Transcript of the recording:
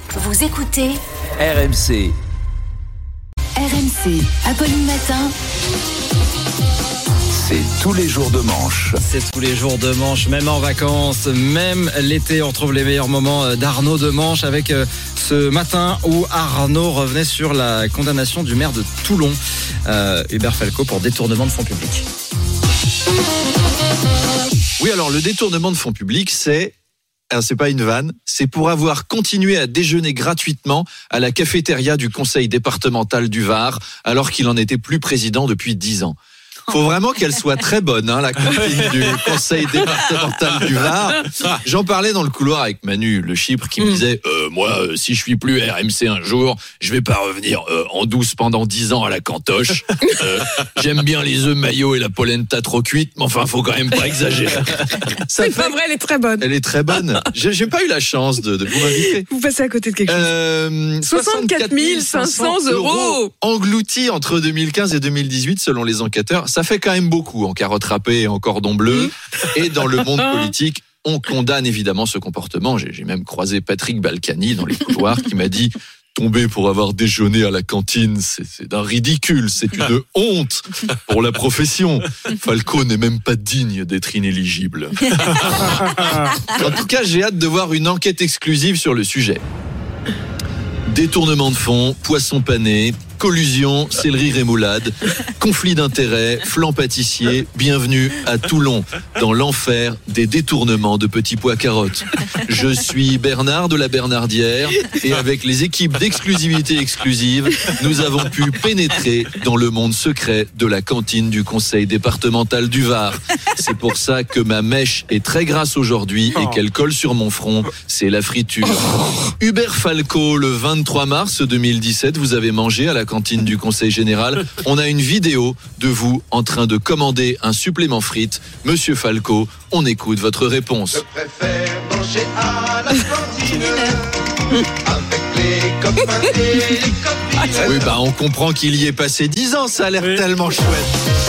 Vous écoutez RMC. RMC, Apolline Matin. C'est tous les jours de manche. C'est tous les jours de manche, même en vacances, même l'été, on trouve les meilleurs moments d'Arnaud de Manche avec ce matin où Arnaud revenait sur la condamnation du maire de Toulon, Hubert Falco, pour détournement de fonds publics. Oui, alors le détournement de fonds publics, c'est pas une vanne, c'est pour avoir continué à déjeuner gratuitement à la cafétéria du conseil départemental du Var, alors qu'il en était plus président depuis 10 ans. Faut vraiment qu'elle soit très bonne, la cantine du conseil départemental du Var. J'en parlais dans le couloir avec Manu, le chypre, qui me disait moi, si je suis plus RMC un jour, je vais pas revenir en douce pendant 10 ans à la cantoche. J'aime bien les œufs maillots et la polenta trop cuite, mais enfin, faut quand même pas exagérer. C'est pas vrai, elle est très bonne. Elle est très bonne. J'ai pas eu la chance de vous m'inviter. Vous passez à côté de quelque chose. 64 500 € engloutis entre 2015 et 2018 selon les enquêteurs. Ça fait quand même beaucoup en carottes râpées et en cordon bleu. Et dans le monde politique, on condamne évidemment ce comportement. J'ai même croisé Patrick Balkany dans les couloirs qui m'a dit: tomber pour avoir déjeuné à la cantine, c'est d'un ridicule, c'est une honte pour la profession. Falco n'est même pas digne d'être inéligible. En tout cas, j'ai hâte de voir une enquête exclusive sur le sujet. Détournement de fonds, poisson pané, collusion, céleri rémoulade, conflit d'intérêts, flan pâtissier, bienvenue à Toulon, dans l'enfer des détournements de petits pois carottes. Je suis Bernard de la Bernardière et avec les équipes d'exclusivité exclusive, nous avons pu pénétrer dans le monde secret de la cantine du conseil départemental du Var. C'est pour ça que ma mèche est très grasse aujourd'hui et qu'elle colle sur mon front, c'est la friture. Hubert Falco, le 23 mars 2017, vous avez mangé à la cantine du conseil général. On a une vidéo de vous en train de commander un supplément frites. Monsieur Falco, on écoute votre réponse. Je préfère manger à la cantine avec les copains et les copines. Oui, on comprend qu'il y ait passé 10 ans, ça a l'air tellement chouette.